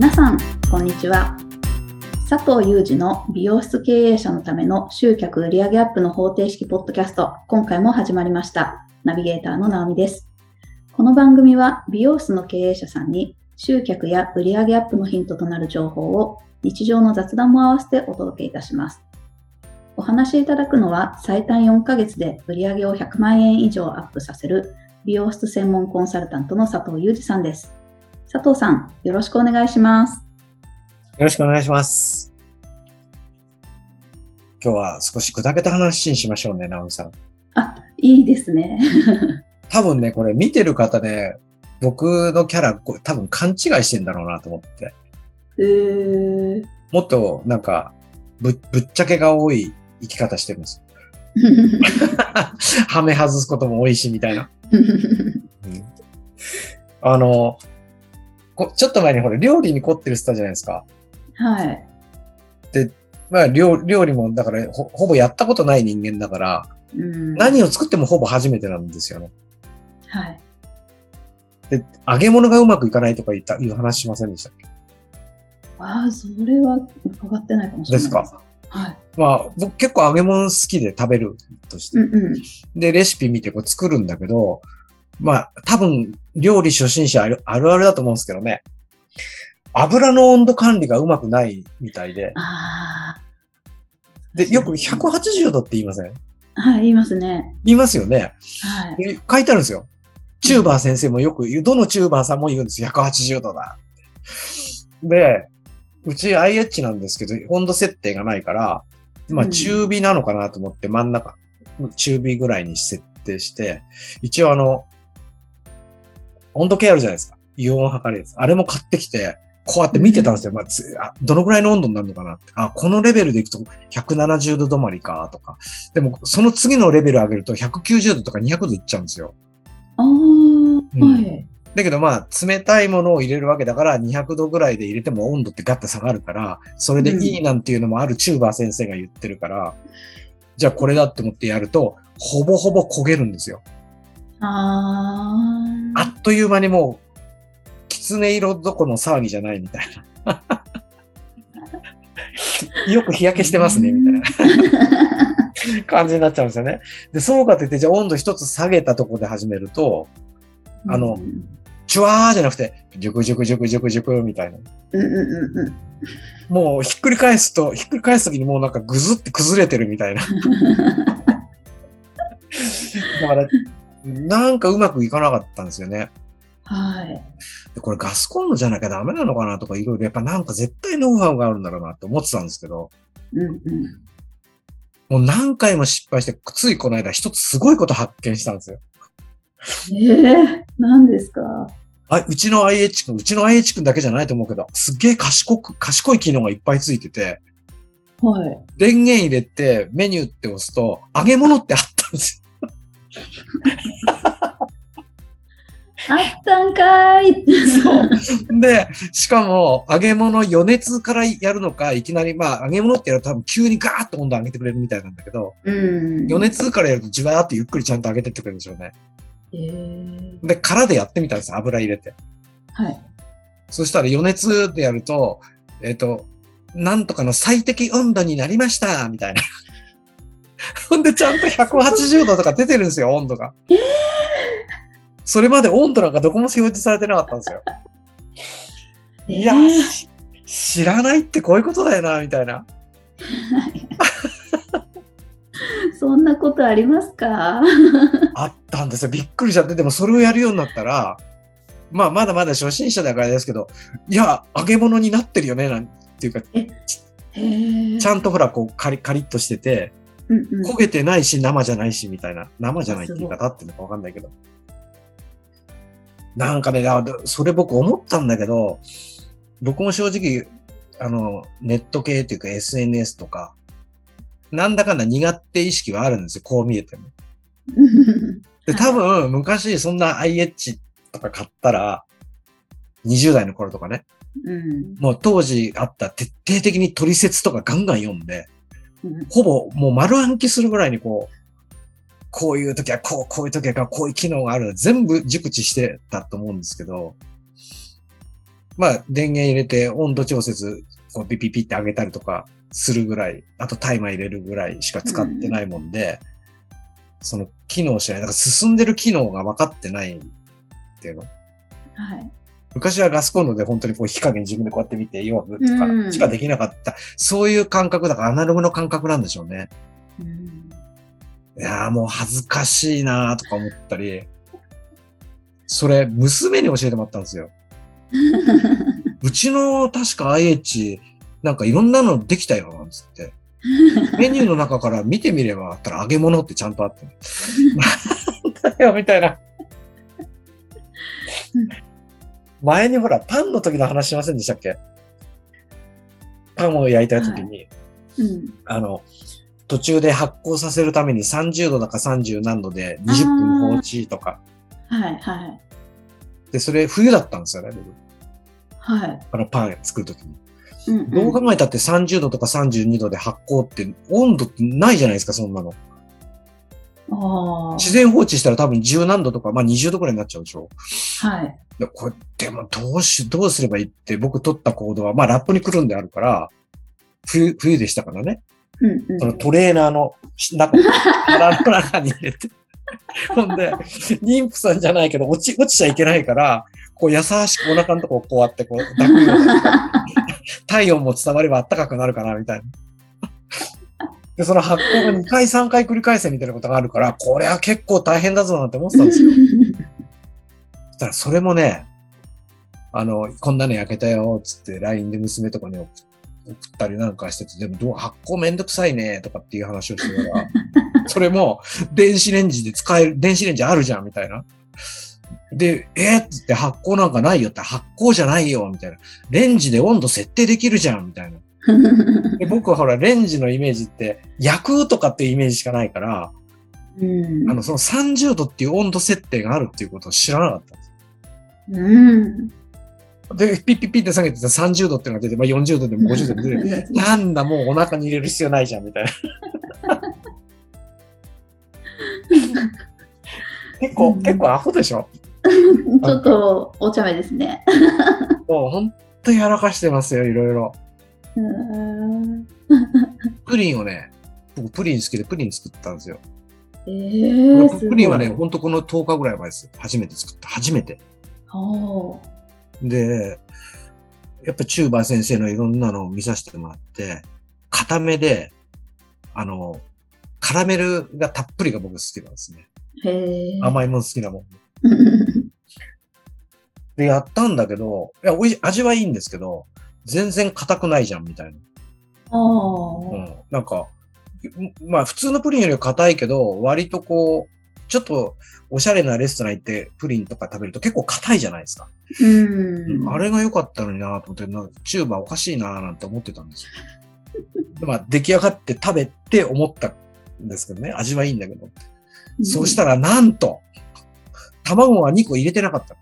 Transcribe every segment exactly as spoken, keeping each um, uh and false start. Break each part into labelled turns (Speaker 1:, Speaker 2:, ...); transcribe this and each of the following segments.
Speaker 1: 皆さん、こんにちは。佐藤祐二の美容室経営者のための集客売上アップの方程式ポッドキャスト、今回も始まりました。ナビゲーターの直美です。この番組は美容室の経営者さんに集客や売上アップのヒントとなる情報を日常の雑談も合わせてお届けいたします。お話しいただくのは最短よんかげつで売上をひゃくまんえん以上アップさせる美容室専門コンサルタントの佐藤祐二さんです。佐藤さん、よろしくお願いします。
Speaker 2: よろしくお願いします。今日は少し砕けた話にしましょうね、直美さん。
Speaker 1: あ、いいですね。
Speaker 2: 多分ね、これ見てる方ね、僕のキャラ、多分勘違いしてんだろうなと思って。
Speaker 1: えー、
Speaker 2: もっとなんかぶ、ぶっちゃけが多い生き方してるんですよ。はめ外すことも多いし、みたいな。うん、あの、こちょっと前にほら、料理に凝ってるスタじゃないですか。
Speaker 1: はい。
Speaker 2: で、まあ料、料理もだからほ、ほぼやったことない人間だから、
Speaker 1: うん、
Speaker 2: 何を作ってもほぼ初めてなんですよね。
Speaker 1: はい。
Speaker 2: で、揚げ物がうまくいかないとか言った、いう話しませんでしたっけ？
Speaker 1: ああ、それは伺ってないかもしれないです。
Speaker 2: ですか？
Speaker 1: はい。
Speaker 2: まあ、僕結構揚げ物好きで食べるとして。
Speaker 1: うんうん、
Speaker 2: で、レシピ見てこう作るんだけど、まあ、多分、料理初心者あるあるあるだと思うんですけどね。油の温度管理がうまくないみたいで。
Speaker 1: あ
Speaker 2: で、よくひゃくはちじゅうどって言いません？
Speaker 1: はい、言いますね。
Speaker 2: 言いますよね。
Speaker 1: はい。
Speaker 2: 書いてあるんですよ。チューバー先生もよく言う、どのチューバーさんも言うんですよ。ひゃくはちじゅうどだ。で、うち アイエイチ なんですけど、温度設定がないから、まあ中火なのかなと思って真ん中、中火ぐらいに設定して、一応あの、温度計あるじゃないですか。油温測るやつ。あれも買ってきて、こうやって見てたんですよ。まあ、つあどのぐらいの温度になるのかなって。あ、このレベルでいくとひゃくななじゅうど止まりか、とか。でも、その次のレベル上げるとひゃくきゅうじゅうどとかにひゃくどいっちゃうんですよ。
Speaker 1: ああ、
Speaker 2: うん
Speaker 1: はい。
Speaker 2: だけどまあ、冷たいものを入れるわけだから、にひゃくどぐらいで入れても温度ってガッと下がるから、それでいいなんていうのもあるチューバー先生が言ってるから、じゃあこれだって思ってやると、ほぼほぼ焦げるんですよ。
Speaker 1: あ
Speaker 2: あっという間にもう、きつね色どこの騒ぎじゃないみたいな。よく日焼けしてますね、みたいな感じになっちゃうんですよね。で、そうかといって、じゃあ温度一つ下げたところで始めると、あの、うんチュワーじゃなくて、ジュクジュクジュクジュクジュクみたいな。
Speaker 1: うんうんうんうん、
Speaker 2: もうひっくり返すと、ひっくり返すときにもうなんかぐずって崩れてるみたいな。だから、なんかうまくいかなかったんですよね。
Speaker 1: はい。
Speaker 2: でこれガスコンロじゃなきゃダメなのかなとかいろいろやっぱなんか絶対ノウハウがあるんだろうなって思ってたんですけど、
Speaker 1: うんうん、
Speaker 2: もう何回も失敗して、ついこの間一つすごいこと発見したんですよ。
Speaker 1: ええー、何ですか？
Speaker 2: あ、うちの アイエイチ 君、うちの アイエイチ 君だけじゃないと思うけど、すっげえ賢く、賢い機能がいっぱいついてて、
Speaker 1: はい。
Speaker 2: 電源入れてメニューって押すと、揚げ物ってあったんですよ。
Speaker 1: あったんかーい。
Speaker 2: そう。で、しかも、揚げ物余熱からやるのか、いきなり、まあ、揚げ物ってやると多分急にガーッと温度上げてくれるみたいなんだけど、
Speaker 1: うん、
Speaker 2: 余熱からやるとじわーっとゆっくりちゃんと上げてってくれるんでしょうね。
Speaker 1: えー、
Speaker 2: で、空でやってみたんです。油入れて。
Speaker 1: はい。
Speaker 2: そしたら余熱でやると、えっと、なんとかの最適温度になりましたみたいな。ほんで、ちゃんとひゃくはちじゅうどとか出てるんですよ、温度が。
Speaker 1: えー、
Speaker 2: それまで温度なんかどこも表示されてなかったんですよ。
Speaker 1: えー、
Speaker 2: いや、知らないってこういうことだよな、みたいな。
Speaker 1: そんなことありますか？
Speaker 2: あったんですよ。びっくりしちゃって。でもそれをやるようになったら、まあまだまだ初心者だからですけど、いや、揚げ物になってるよね、なんていうか、
Speaker 1: えへ
Speaker 2: ちゃんとほら、こうカリカリッとしてて、
Speaker 1: うんうん、
Speaker 2: 焦げてないし生じゃないしみたいな。生じゃないって言い方っていうのかわかんないけど。なんかね、それ僕思ったんだけど、僕も正直、あの、ネット系っていうか エスエヌエス とか、なんだかんだ苦手意識はあるんですよ。こう見えても。で、多分、昔そんな アイエイチ とか買ったら、にじゅう代の頃とかね、
Speaker 1: うん、
Speaker 2: もう当時あった徹底的に取説とかガンガン読んで、
Speaker 1: うん、
Speaker 2: ほぼもう丸暗記するぐらいにこう、こういう時はこう、こういう時はこういう機能がある。全部熟知してたと思うんですけど、 まあ、電源入れて温度調節、こうピピピって上げたりとかするぐらい、あとタイマー入れるぐらいしか使ってないもんで、うん、その機能しない、だから進んでる機能が分かってないっていうの。
Speaker 1: はい。
Speaker 2: 昔はガスコンロで本当にこう火加減自分でこうやって見て、弱くとかしかできなかった、うん。そういう感覚だからアナログの感覚なんでしょうね。うん、いやーもう恥ずかしいなーとか思ったり、それ娘に教えてもらったんですよ。うちの確か アイエイチ なんかいろんなのできたよ、なんつって。メニューの中から見てみればあったら揚げ物ってちゃんとあって。なんだよ、みたいな。前にほら、パンの時の話しませんでしたっけ？パンを焼いた時に、はいうん、あの、途中で発酵させるためにさんじゅうどだかさんじゅう何度でにじゅっぷん放置とか。
Speaker 1: はいはい。
Speaker 2: で、それ冬だったんですよね、僕。
Speaker 1: はい。
Speaker 2: あのパン作る時に。
Speaker 1: うんうん、
Speaker 2: どう考えたってさんじゅうどとかさんじゅうにどで発酵って温度ってないじゃないですか、そんなの。
Speaker 1: あ
Speaker 2: 自然放置したら多分じゅう何度とか、まあにじゅうどくらいになっちゃうでしょ。
Speaker 1: はい。
Speaker 2: これ、でもどうし、どうすればいいって僕取った行動は、まあラップにくるんであるから、冬、冬でしたからね。
Speaker 1: うんうん、
Speaker 2: そのトレーナーの中、腹の中に入れて。ほんで、妊婦さんじゃないけど落ち、落ちちゃいけないから、こう優しくお腹のとこをこうやってこう抱くような。体温も伝われば暖かくなるかな、みたいな。で、その発酵がにかいさんかい繰り返せみたいなことがあるから、これは結構大変だぞなんて思ってたんですよ。そしたらそれもね、あの、こんなの焼けたよ、つって ライン で娘とかに送ったりなんかしてて、でもどう発酵めんどくさいね、とかっていう話をしてたら、それも電子レンジで使える、電子レンジあるじゃん、みたいな。で、えー、っつって発酵なんかないよって発酵じゃないよ、みたいな。レンジで温度設定できるじゃん、みたいな。で僕はほら、レンジのイメージって焼くとかっていうイメージしかないから、うん、あの、そのさんじゅうどっていう温度設定があるっていうことを知らなかったんです。うん、で、ピッピッピッって下げてたさんじゅうどっていうのが出て、まあよんじゅうどでもごじゅうどでも出て、なんだもうお腹に入れる必要ないじゃん、みたいな。結構、うん、結構アホでしょ
Speaker 1: ちょっとお茶目ですね。
Speaker 2: もうほんとやらかしてますよ、いろいろ。うーんプリンをね、僕プリン好きでプリン作ったんですよ。
Speaker 1: えー、
Speaker 2: プリンはね、ほんとこのとおかぐらい前です。初めて作った。初めて。で、やっぱチューバー先生のいろんなのを見させてもらって、固めで、あの、カラメルがたっぷりが僕好きなんですね。
Speaker 1: へー
Speaker 2: 甘いもの好きなもん。で、やったんだけど、いや、おいしい、味はいいんですけど、全然硬くないじゃん、みたいな。
Speaker 1: あうん、
Speaker 2: なんか、まあ普通のプリンよりは硬いけど、割とこう、ちょっとおしゃれなレストラン行ってプリンとか食べると結構硬いじゃないですか。うんあれが良かったのになと思って、なんかチューバーおかしいななんて思ってたんですよ。まあ出来上がって食べて思ったんですけどね、味はいいんだけど。うん、そうしたらなんと、卵はにこ入れてなかった。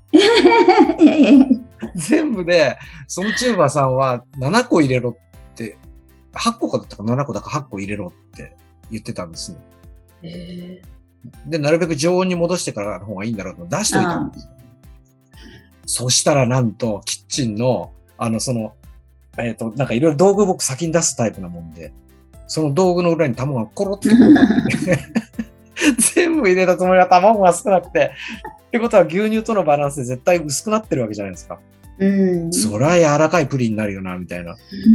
Speaker 2: 全部で、そのチューバーさんはななこ入れろって、はっこかだったかななこだかはっこ入れろって言ってたんですね。
Speaker 1: え
Speaker 2: ー、で、なるべく常温に戻してからの方がいいんだろうと出しといたんですよ。そしたらなんと、キッチンの、あの、その、えっと、なんかいろいろ道具僕先に出すタイプなもんで、その道具の裏に卵がコロって全部入れたつもりが卵が少なくて、ってことは牛乳とのバランスで絶対薄くなってるわけじゃないですか。うん。そりゃ柔らかいプリンになるよな、みたいな。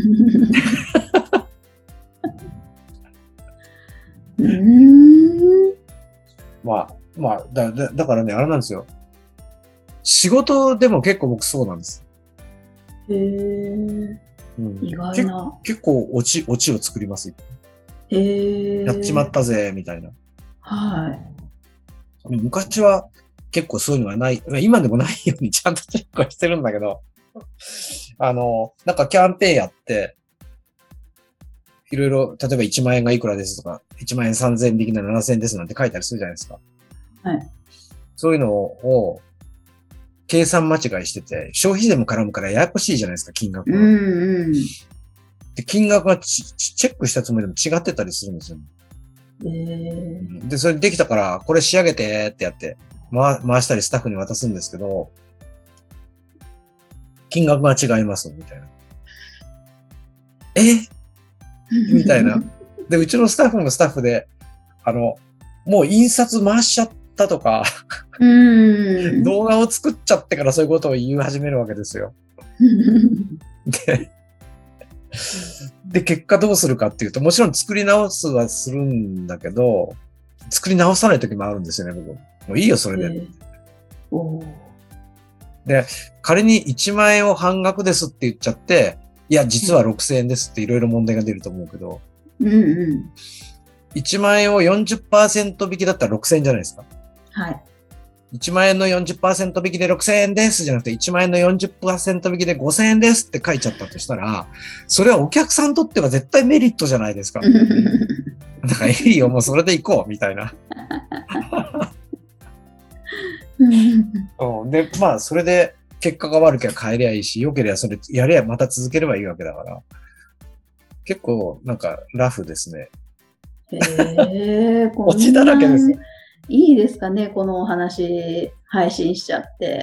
Speaker 2: うーんまあ、まあだ、だ、だからね、あれなんですよ。仕事でも結構僕そうなんです。
Speaker 1: へー。うん、意外な。
Speaker 2: 結構オチ、オチを作ります。
Speaker 1: へー。
Speaker 2: やっちまったぜ、みたいな。
Speaker 1: はい。
Speaker 2: 昔は結構そういうのがない、今でもないようにちゃんとチェックはしてるんだけど、あの、なんかキャンペーンやって、いろいろ、例えばいちまんえんがいくらですとか、いちまんえんさんぜんえん引きならななせんえんですなんて書いたりするじゃないですか。
Speaker 1: はい。
Speaker 2: そういうのを、計算間違いしてて、消費税も絡むからややこしいじゃないですか、金額が。うんうん、で金額がチェックしたつもりでも違ってたりするんですよ。えー、で、それできたから、これ仕上げてってやって、回、回したりスタッフに渡すんですけど、 金額が違いますみたいな。えみたいな。で、うちのスタッフもスタッフで、あの、もう印刷回しちゃったとか、
Speaker 1: うん
Speaker 2: 動画を作っちゃってからそういうことを言い始めるわけですよ。で、で、結果どうするかっていうと、もちろん作り直すはするんだけど、作り直さない時もあるんですよね、僕。もういいよ、それで。
Speaker 1: えーおー
Speaker 2: で、仮にいちまん円を半額ですって言っちゃって、いや、実はろくせんえんですっていろいろ問題が出ると思うけど、
Speaker 1: うんうん。
Speaker 2: いちまん円を よんじゅっパーセント 引きだったらろくせんえんじゃないですか。
Speaker 1: はい。
Speaker 2: いちまん円の よんじゅっパーセント 引きでろくせんえんですじゃなくて、いちまん円の よんじゅっパーセント 引きでごせんえんですって書いちゃったとしたら、それはお客さんにとっては絶対メリットじゃないですか。だからいいよ、もうそれで行こう、みたいな。うん、で、まあ、それで結果が悪ければ変えりゃいいし、良ければそれやればまた続ければいいわけだから。結構、なんか、ラフですね。
Speaker 1: へえ、こんな
Speaker 2: 落ちだらけですよ。
Speaker 1: いいですかね、このお話、配信しちゃって。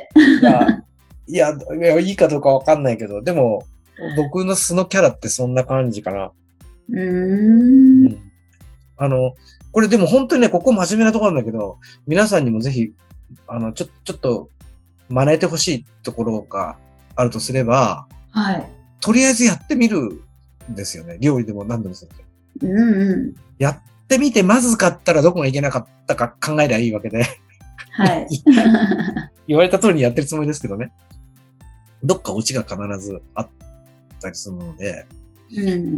Speaker 2: いや、いや、いやいいかどうかわかんないけど、でも、僕の素のキャラってそんな感じかな。
Speaker 1: うーん。
Speaker 2: うん、あの、これでも本当にね、ここ真面目なところなんだけど、皆さんにもぜひ、あの、ちょ、ちょっと、真似てほしいところがあるとすれば、
Speaker 1: はい。
Speaker 2: とりあえずやってみるんですよね。料理でも何でもすると。
Speaker 1: うんうん。
Speaker 2: やってみて、まずかったらどこがいけなかったか考えりゃいいわけで。
Speaker 1: はい。
Speaker 2: 言われた通りにやってるつもりですけどね。どっかオチが必ずあったりするので。
Speaker 1: うん、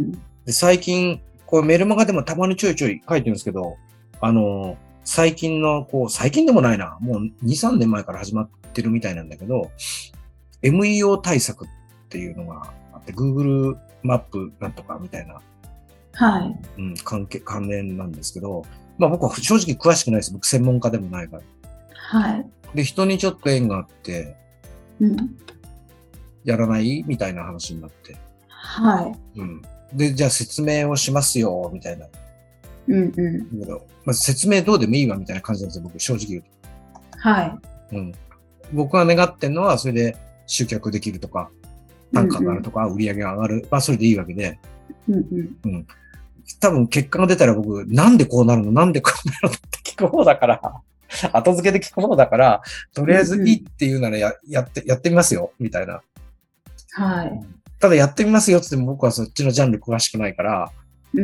Speaker 2: で最近、こうメルマガでもたまにちょいちょい書いてるんですけど、あの、最近の、こう、最近でもないな。もうに、さんねんまえから始まってるみたいなんだけど、エムイーオー 対策っていうのがあって、Google マップなんとかみたいな、
Speaker 1: はい。
Speaker 2: うん、関係、関連なんですけど、まあ僕は正直詳しくないです。僕専門家でもないから。
Speaker 1: はい。
Speaker 2: で、人にちょっと縁があって、
Speaker 1: うん、
Speaker 2: やらないみたいな話になって。
Speaker 1: はい。
Speaker 2: うん。で、じゃあ説明をしますよ、みたいな。
Speaker 1: うんうん。
Speaker 2: だけどまあ、説明どうでもいいわ、みたいな感じなんですよ、僕、正直言うと。
Speaker 1: はい。
Speaker 2: うん。僕が願ってんのは、それで集客できるとか、単価が上がるとか、売り上げが上がる。まあ、それでいいわけで。
Speaker 1: うんうん。
Speaker 2: うん。多分、結果が出たら僕、なんでこうなるのなんでこうなるのって聞く方だから、後付けで聞く方だから、とりあえずいいって言うならや、やって、やってみますよ、みたいな。
Speaker 1: はい。
Speaker 2: ただやってみますよって言っても僕はそっちのジャンル詳しくないから、
Speaker 1: うん。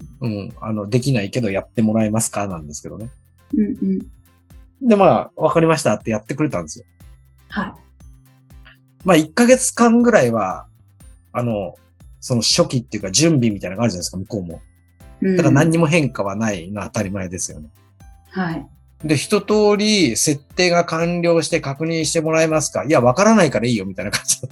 Speaker 2: うん、あの、できないけどやってもらえますかなんですけどね。
Speaker 1: うんうん。
Speaker 2: で、まあ、わかりましたってやってくれたんですよ。
Speaker 1: はい。
Speaker 2: まあ、いっかげつかんぐらいは、あの、その初期っていうか準備みたいなのがあるじゃないですか、向こうも。
Speaker 1: うん、
Speaker 2: だから何にも変化はないのは当たり前ですよね。
Speaker 1: はい。
Speaker 2: で、一通り設定が完了して確認してもらえますかいや、わからないからいいよ、みたいな感じ。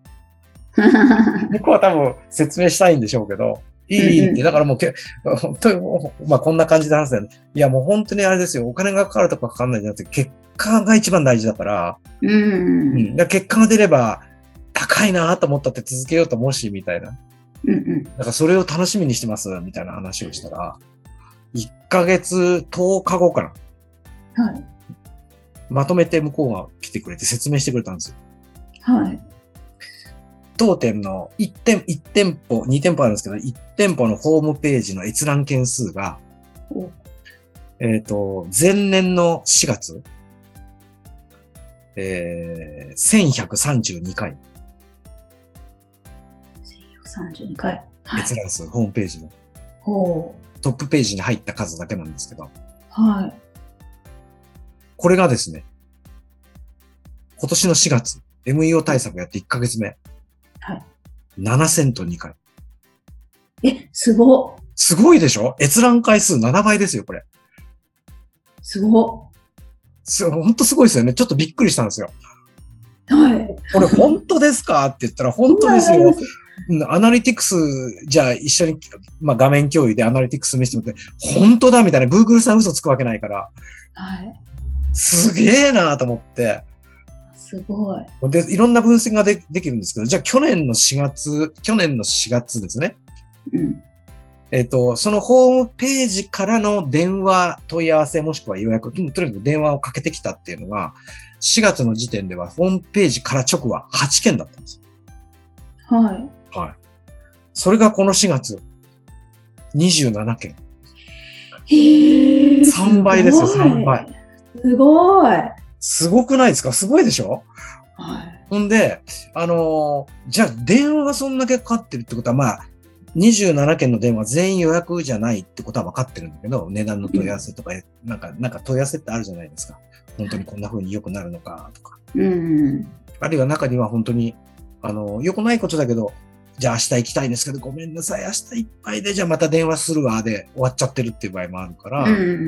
Speaker 2: 僕は多分説明したいんでしょうけど、いいって、だからもうけ、本当にもう、まあこんな感じで話すよね。いや、もう本当にあれですよ。お金がかかるとかかかんないじゃなくて、結果が一番大事だから、
Speaker 1: うん。
Speaker 2: うん、だから結果が出れば、高いなと思ったって続けようと思うし、みたいな。
Speaker 1: うんうん。
Speaker 2: だからそれを楽しみにしてます、みたいな話をしたら、いっかげつとおかごかな。
Speaker 1: はい。
Speaker 2: まとめて向こうが来てくれて説明してくれたんですよ。
Speaker 1: はい。
Speaker 2: 当店のいち店、いち店舗、に店舗あるんですけど、いち店舗のホームページの閲覧件数が、えっと、前年のしがつ、えー、せんひゃくさんじゅうにかい。
Speaker 1: せんひゃくさんじゅうにかい。
Speaker 2: 閲覧数、ホームページの。
Speaker 1: ほう。
Speaker 2: トップページに入った数だけなんですけど。
Speaker 1: はい。
Speaker 2: これがですね、今年のしがつ、エムイーオー 対策やっていっかげつめ。
Speaker 1: はい。
Speaker 2: ななせんとにかい。
Speaker 1: え、すごっ。
Speaker 2: すごいでしょ？閲覧回数ななばいですよ、これ。
Speaker 1: すごっ。
Speaker 2: す、ほんとすごいですよね。ちょっとびっくりしたんですよ。
Speaker 1: はい。
Speaker 2: これ本当ですかって言ったら本当ですよ。アナリティクス、じゃあ一緒に、まあ、画面共有でアナリティクス見せてもらって、本当だみたいな、Google さん嘘つくわけないから、
Speaker 1: はい。
Speaker 2: すげえなと思って。
Speaker 1: すごい。
Speaker 2: で、いろんな分析がでできるんですけど、じゃあ去年のしがつ、去年のしがつですね。
Speaker 1: うん。
Speaker 2: えっと、そのホームページからの電話問い合わせもしくは予約、とにかく電話をかけてきたっていうのが、しがつの時点ではホームページから直ははちけんだったんですよ。
Speaker 1: はい。
Speaker 2: はい。それがこのしがつ、にじゅうななけん。
Speaker 1: へー、
Speaker 2: さんばいですよ、さんばい。
Speaker 1: すごい。
Speaker 2: すごくないですか？すごいでしょ？
Speaker 1: はい。
Speaker 2: ほんで、あのーじゃあ電話がそんだけかかってるってことは、まあ、にじゅうななけんの電話全員予約じゃないってことは分かってるんだけど、値段の問い合わせとか、うん、なんか、なんか問い合わせってあるじゃないですか。本当にこんな風に良くなるのかとか。
Speaker 1: うん。
Speaker 2: あるいは中には本当に、あの、良くないことだけど、じゃあ明日行きたいんですけど、ごめんなさい、明日いっぱいで、じゃあまた電話するわ、で終わっちゃってるっていう場合もあるから、うん、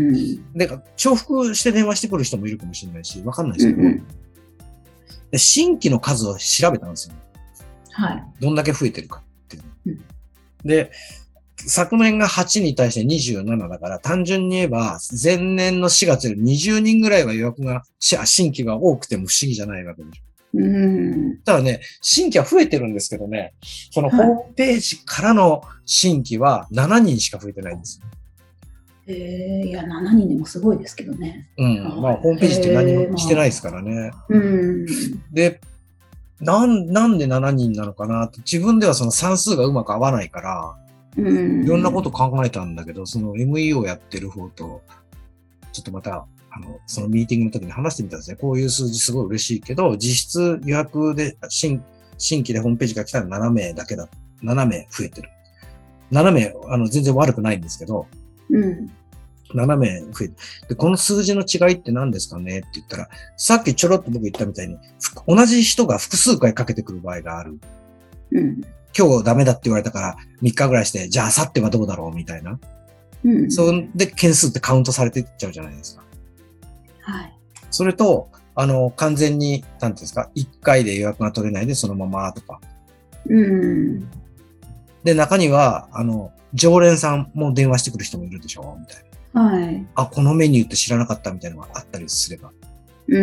Speaker 2: で、重複して電話してくる人もいるかもしれないし、わかんないですけど、うんうん、で、新規の数を調べたんですよ。
Speaker 1: はい。
Speaker 2: どんだけ増えてるかっていう、うん。で、昨年がはちに対してにじゅうななだから、単純に言えば、前年のしがつよりにじゅうにんぐらいは予約が、新規が多くても不思議じゃないわけでしょ。うん、ただね、新規は増えてるんですけどね、そのホームページからの新規はしちにんしか増えてないんですよ。
Speaker 1: えー、いや、しちにんでもすごいですけどね。
Speaker 2: うん。まあ、ホームページって何もしてないですからね。
Speaker 1: うん。
Speaker 2: で、なん、なんでしちにんなのかなって、自分ではその算数がうまく合わないから、うん、いろんなこと考えたんだけど、その エムイーオー やってる方と、ちょっとまた、あの、そのミーティングの時に話してみたんですね。こういう数字すごい嬉しいけど、実質予約で新、新規でホームページが来たらななめいだけだ。ななめい増えてる。ななめい、あの、全然悪くないんですけど、うん。ななめい増えてる。で、この数字の違いって何ですかねって言ったら、さっきちょろっと僕言ったみたいに、同じ人が複数回かけてくる場合がある。うん。今日ダメだって言われたからみっかぐらいして、じゃあ明後日はどうだろうみたいな。うん。そんで、件数ってカウントされていっちゃうじゃないですか。はい。それと、あの、完全に、なんていうんですか、いっかいで予約が取れないでそのままとか。うん。で、中には、あの、常連さんも電話してくる人もいるでしょみたいな。はい。あ、このメニューって知らなかったみたいなのがあったりすれば。うん。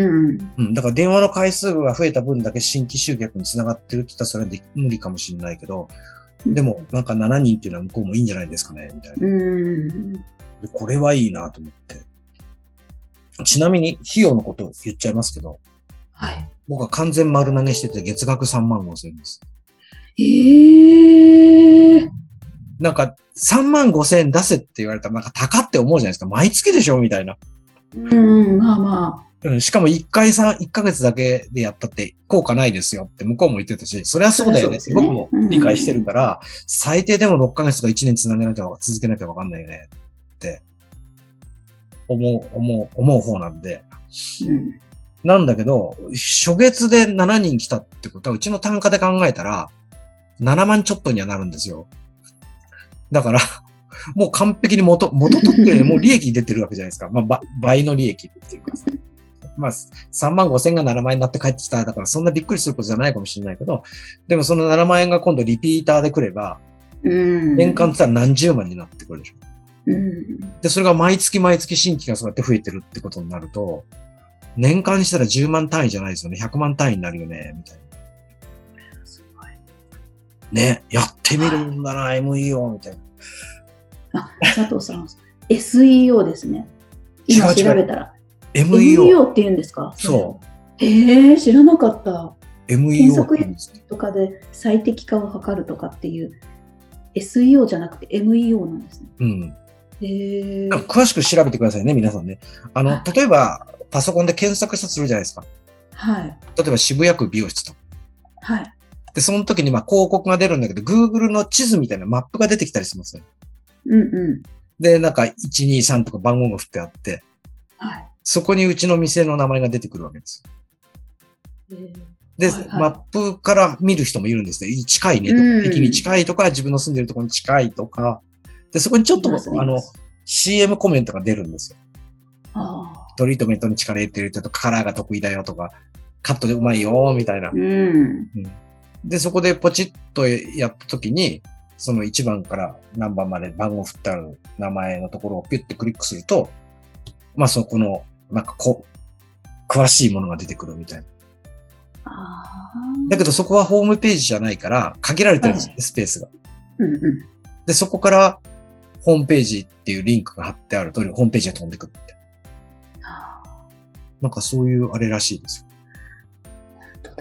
Speaker 2: うん。だから電話の回数が増えた分だけ新規集客につながってるって言ったらそれで無理かもしれないけど、でも、なんかしちにんっていうのは向こうもいいんじゃないですかねみたいな。うん。でこれはいいなと思って。ちなみに、費用のことを言っちゃいますけど、はい。僕は完全丸投げしてて、月額さんまんごせんえんです。ええー。なんか、さんまんごせんえん出せって言われたら、なんか高って思うじゃないですか。毎月でしょみたいな。うん、まあまあ。うん、しかもいっかいさん、いっかげつだけでやったって効果ないですよって向こうも言ってたし、そりゃそうだよねって僕も理解してるから、うん、最低でもろっかげつとかいちねんつなげなきゃ、続けなきゃわかんないよねって思う、思う、思う方なんで。うん、なんだけど、初月でしちにん来たってことは、うちの単価で考えたら、ななまんちょっとにはなるんですよ。だから、もう完璧に元、元取って、もう利益出てるわけじゃないですか。まあ、倍の利益っていうか。まあ、さんまんごせんがななまん円になって帰ってきた。だからそんなびっくりすることじゃないかもしれないけど、でもそのななまん円が今度リピーターで来れば、年間って言ったら何十万になってくるでしょ。うん、で、それが毎月毎月新規がそうやって増えてるってことになると、年間にしたらじゅうまん単位じゃないですよね。ひゃくまん単位になるよね、みたいな。すごい。ね、やってみるもんだな、エムイーオー みたいな。
Speaker 1: あ、佐藤さん、エスイーオー ですね。今調べたら。
Speaker 2: エムイーオー。
Speaker 1: エムイーオー って言うんですか？
Speaker 2: そう。
Speaker 1: へえ、知らなかった。
Speaker 2: エムイーオー
Speaker 1: 検索とかで最適化を図るとかっていう エスイーオー じゃなくて エムイーオー なんですね。うん。へえ。
Speaker 2: 詳しく調べてくださいね、皆さんね。あの、例えば、パソコンで検索したとするじゃないですか。はい。例えば渋谷区美容室と。はい。で、その時にまあ広告が出るんだけど、Google の地図みたいなマップが出てきたりしますね。うんうん。で、なんかいちにさんとか番号が振ってあって、はい。そこにうちの店の名前が出てくるわけです。で、はいはい、マップから見る人もいるんですね。近いねとか、駅に近いとか、自分の住んでるところに近いとか。で、そこにちょっと、あの、シーエム コメントが出るんですよ。あトリートメントに力入れてる人とか、カラーが得意だよとか、カットでうまいよ、みたいな。うんうん、で、そこでポチッとやったときに、そのいちばんから何番まで番号振ってある名前のところをピュッてクリックすると、まあそこの、なんかこう、詳しいものが出てくるみたいな。あだけどそこはホームページじゃないから、限られてるんですよ、はい、スペースが、うんうん。で、そこからホームページっていうリンクが貼ってある通り、ホームページが飛んでくるって。なんかそういうあれらしいですよ。
Speaker 1: 本当だ。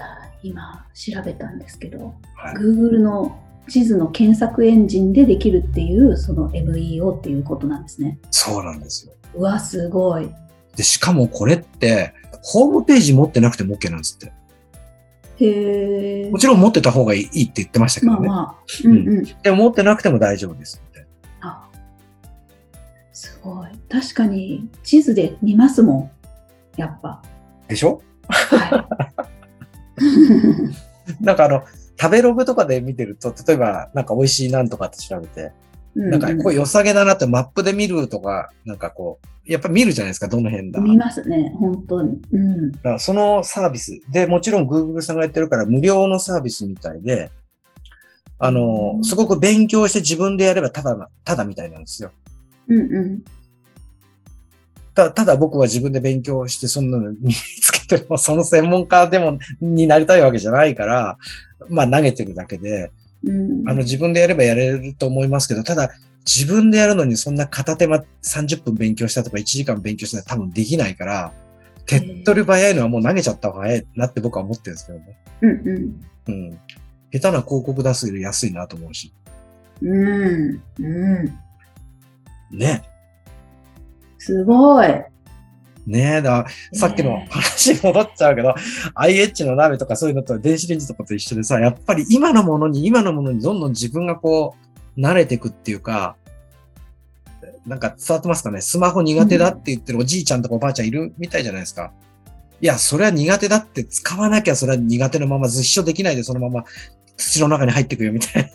Speaker 1: 今調べたんですけど、
Speaker 2: はい、
Speaker 1: Google の地図の検索エンジンでできるっていうその エムイーオー っていうことなんですね。
Speaker 2: そうなんですよ。
Speaker 1: うわ、すごい。
Speaker 2: で、しかもこれって、ホームページ持ってなくても OK なんですって。
Speaker 1: へー。
Speaker 2: もちろん持ってた方がいいって言ってましたけどね。
Speaker 1: まあまあ。うんうん。うん、
Speaker 2: でも持ってなくても大丈夫ですって。
Speaker 1: あ、すごい。確かに地図で見ますもん。やっぱ。
Speaker 2: でしょ？
Speaker 1: はい。
Speaker 2: なんかあの、食べログとかで見てると、例えばなんか美味しいなんとかって調べて、うんうん、なんかこう良さげだなってマップで見るとか、なんかこう、やっぱ見るじゃないですか、どの辺だ。
Speaker 1: 見ますね、本当に。うん。
Speaker 2: だからそのサービスで、もちろん Google さんがやってるから無料のサービスみたいで、あの、うん、すごく勉強して自分でやればただ、ただみたいなんですよ。
Speaker 1: うんうん。
Speaker 2: た, ただ僕は自分で勉強してそんなの身につけても、その専門家でもになりたいわけじゃないから、まあ投げてるだけで、うん、あの自分でやればやれると思いますけど、ただ自分でやるのにそんな片手間さんじゅっぷん勉強したとかいちじかん勉強したら多分できないから、手っ取り早いのはもう投げちゃった方が早いなって僕は思ってるんですけどね。
Speaker 1: うんうん。
Speaker 2: うん。下手な広告出すより安いなと思うし。
Speaker 1: うん。うん。
Speaker 2: ね。
Speaker 1: すごい。
Speaker 2: ねえ、ださっきの話に戻っちゃうけど、アイエイチ の鍋とかそういうのと電子レンジとかと一緒でさ、やっぱり今のものに、今のものにどんどん自分がこう、慣れていくっていうか、なんか伝わってますかね？スマホ苦手だって言ってるおじいちゃんとかおばあちゃんいるみたいじゃないですか。いや、それは苦手だって使わなきゃそれは苦手のまま実証できないでそのまま土の中に入っていくよみたいな。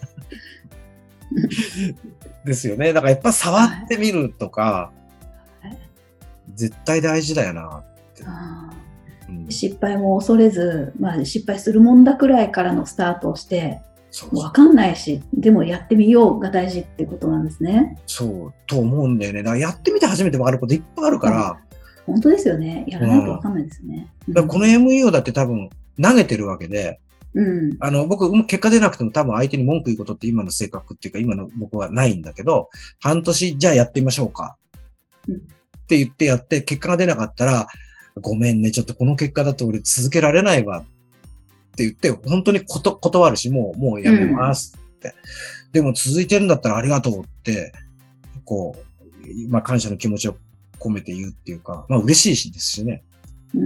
Speaker 2: ですよね。だからやっぱ触ってみるとか、絶対大事だよなって、
Speaker 1: うん、失敗も恐れず、まあ、失敗するもんだくらいからのスタートをして分かんないしでもやってみようが大事っていうことなんですね。
Speaker 2: そうと思うんだよね。だからやってみて初めて分かることいっぱいあるから、
Speaker 1: うん、本当ですよね。やらないと分かんないですね。
Speaker 2: うん、だからこの エムイーオー だって多分投げてるわけで、うん、あの僕結果出なくても多分相手に文句言うことって今の性格っていうか今の僕はないんだけど、半年じゃあやってみましょうか、うんって言ってやって結果が出なかったらごめんねちょっとこの結果だと俺続けられないわって言って本当にこと断るしもうもうやめますって、うん、でも続いてるんだったらありがとうってこうまあ感謝の気持ちを込めて言うっていうかまあ嬉しいしですしね。うん。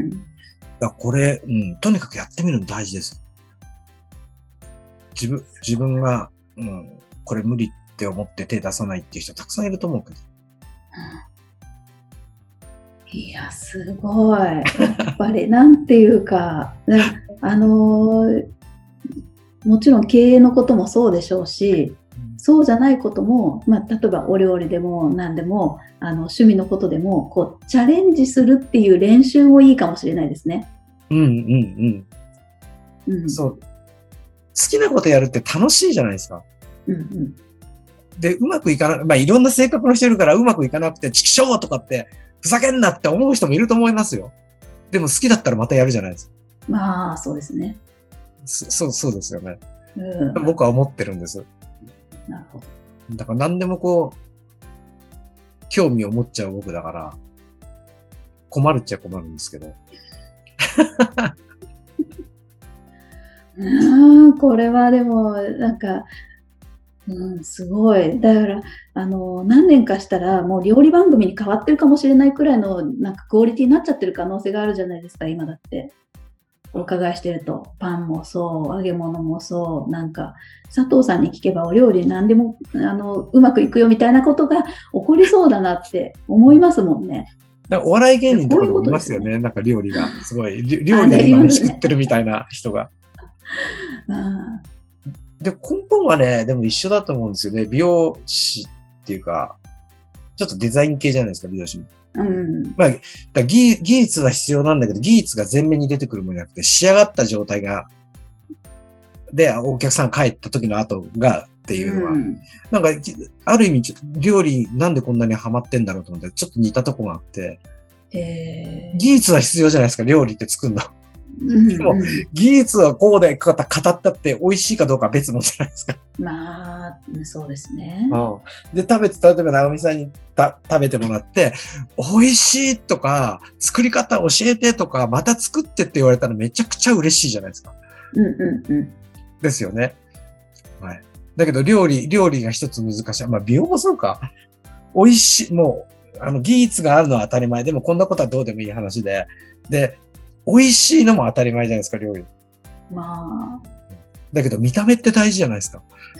Speaker 2: だからこれ、うん、とにかくやってみるの大事です。自分自分が、うん、これ無理って思って手出さないっていう人たくさんいると思うけど。
Speaker 1: いや、すごい。やっぱり、なんていうか、あのー、もちろん経営のこともそうでしょうし、そうじゃないことも、まあ、例えばお料理でも何でも、あの趣味のことでも、こう、チャレンジするっていう練習もいいかもしれないですね。
Speaker 2: うんうんうん。うん、そう。好きなことやるって楽しいじゃないですか。うんうん。で、うまくいかない、まあ、いろんな性格の人いるからうまくいかなくて、チキショーとかって、ふざけんなって思う人もいると思いますよ。でも好きだったらまたやるじゃないですか。
Speaker 1: まあ、そうですね。
Speaker 2: そ、そう、そうですよね。
Speaker 1: うん、
Speaker 2: 僕は思ってるんです。
Speaker 1: なるほど。
Speaker 2: だから何でもこう、興味を持っちゃう僕だから、困るっちゃ困るんですけど。
Speaker 1: うん、これはでも、なんか、うん、すごい。だから、あの、何年かしたら、もう料理番組に変わってるかもしれないくらいの、なんかクオリティになっちゃってる可能性があるじゃないですか、今だって。お伺いしてると、パンもそう、揚げ物もそう、なんか、佐藤さんに聞けばお料理何でも、あの、うまくいくよみたいなことが起こりそうだなって思いますもんね。
Speaker 2: だからお笑い芸人とかでもいますよね。なんか料理が、すごい、料理で今作ってるみたいな人が。
Speaker 1: あ
Speaker 2: で、根本はね、でも一緒だと思うんですよね。美容師っていうか、ちょっとデザイン系じゃないですか、美容師も。
Speaker 1: うん。
Speaker 2: まあ、だ技、技術は必要なんだけど、技術が前面に出てくるものじゃなくて、仕上がった状態が、で、お客さん帰った時の後がっていうのは、うん、なんか、ある意味、料理なんでこんなにハマってんだろうと思って、ちょっと似たとこがあって、
Speaker 1: へー。
Speaker 2: 技術は必要じゃないですか、料理って作るの。
Speaker 1: うん
Speaker 2: でも、技術はこうで語ったって美味しいかどうかは別のじゃないですか。
Speaker 1: まあ、そうですね。
Speaker 2: うん、で、食べて、例えば直美さんにた食べてもらって、美味しいとか、作り方教えてとか、また作ってって言われたらめちゃくちゃ嬉しいじゃないですか。
Speaker 1: うんうんうん。
Speaker 2: ですよね。はい。だけど料理、料理が一つ難しい。まあ、美容もそうか。美味しい、もう、あの、技術があるのは当たり前でも、こんなことはどうでもいい話で。で、美味しいのも当たり前じゃないですか、料理。
Speaker 1: まあ。
Speaker 2: だけど、見た目って大事じゃないですか。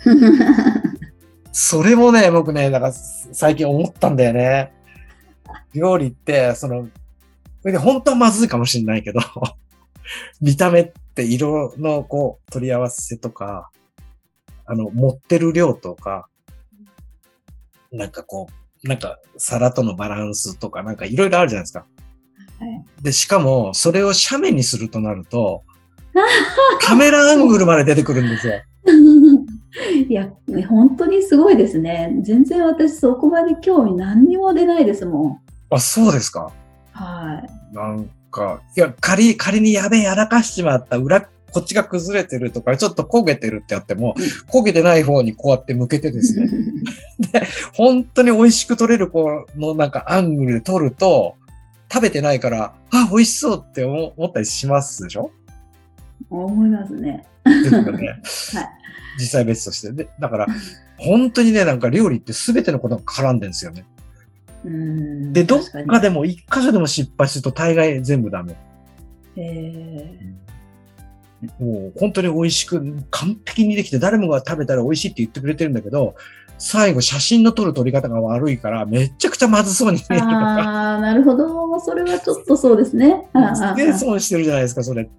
Speaker 2: それもね、僕ね、なんか最近思ったんだよね。料理って、その、本当はまずいかもしれないけど、見た目って色のこう、取り合わせとか、あの、持ってる量とか、なんかこう、なんか皿とのバランスとか、なんかいろいろあるじゃないですか。
Speaker 1: はい、
Speaker 2: で、しかも、それを斜面にするとなると、カメラアングルまで出てくるんですよ。
Speaker 1: いや、本当にすごいですね。全然私そこまで興味何にも出ないですもん。
Speaker 2: あ、そうですか。
Speaker 1: はい。
Speaker 2: なんか、いや、仮、仮にやべえ、やらかしちまった、裏、こっちが崩れてるとか、ちょっと焦げてるってあっても、焦げてない方にこうやって向けてですね。で、本当に美味しく撮れるこのなんかアングルで撮ると、食べてないから、あ、美味しそうって思ったりしますでしょ？
Speaker 1: 思いますね。
Speaker 2: ですよね。はい。実際別として。で、だから、本当にね、なんか料理って全てのことが絡んでるんですよね。
Speaker 1: うーん、
Speaker 2: で、どっかでも一箇所でも失敗すると大概全部ダメ。
Speaker 1: へ
Speaker 2: ー、もう本当に美味しく、完璧にできて誰もが食べたら美味しいって言ってくれてるんだけど、最後写真の撮る撮り方が悪いからめちゃくちゃまずそうに見えるとか。
Speaker 1: ああ、なるほど。それはちょっとそうですね。
Speaker 2: すげえ損してるじゃないですか、それって。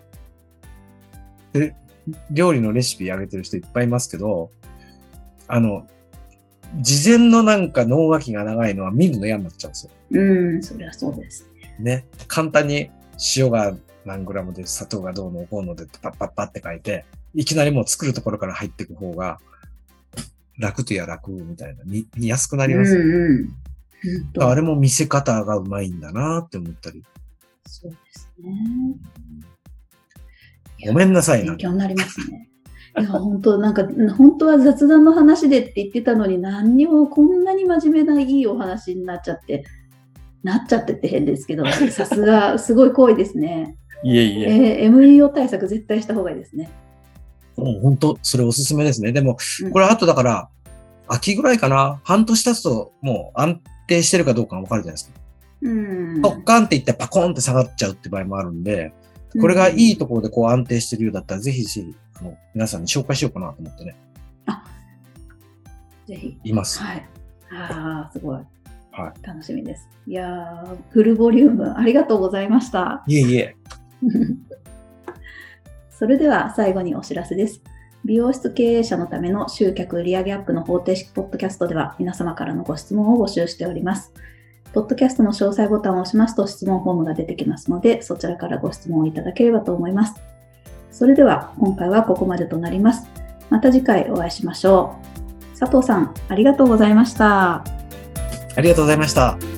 Speaker 2: で、料理のレシピ上げてる人いっぱいいますけど、あの、事前のなんか脳書きが長いのは見るの嫌になっちゃうんですよ。
Speaker 1: うん、そりゃそうです
Speaker 2: ね。ね。簡単に塩が何グラムで砂糖がどうのこうのでパッパッパって書いて、いきなりもう作るところから入っていく方が楽といや楽みたいな、見、見やすくなります。うんうん、あれも見せ方がうまいんだなって思ったり。
Speaker 1: そうですね。
Speaker 2: ごめんなさいな。
Speaker 1: 勉強になりますね。いや、本当なんか、本当は雑談の話でって言ってたのに、何にもこんなに真面目ないいお話になっちゃって、なっちゃってって変ですけど、さすが、すごい濃いですね。
Speaker 2: いえいえ。
Speaker 1: えー、エムイーオー 対策絶対した方がいいですね。
Speaker 2: もう本当、それおすすめですね。でも、これあとだから、うん、秋ぐらいかな、半年経つともう安定してるかどうかわかるじゃないですか。
Speaker 1: うん。
Speaker 2: ポッカンっていってパコンって下がっちゃうって場合もあるんで、これがいいところでこう安定してるようだったら、ぜひぜひ、あの、皆さんに紹介しようかなと思ってね。
Speaker 1: あ、ぜひ。
Speaker 2: います。
Speaker 1: はい。ああ、すごい。
Speaker 2: はい。
Speaker 1: 楽しみです。いやー、フルボリュームありがとうございました。
Speaker 2: いえいえ。
Speaker 1: それでは最後にお知らせです。美容室経営者のための集客売上アップの方程式ポッドキャストでは皆様からのご質問を募集しております。ポッドキャストの詳細ボタンを押しますと質問フォームが出てきますので、そちらからご質問をいただければと思います。それでは今回はここまでとなります。また次回お会いしましょう。佐藤さん、ありがとうございました。
Speaker 2: ありがとうございました。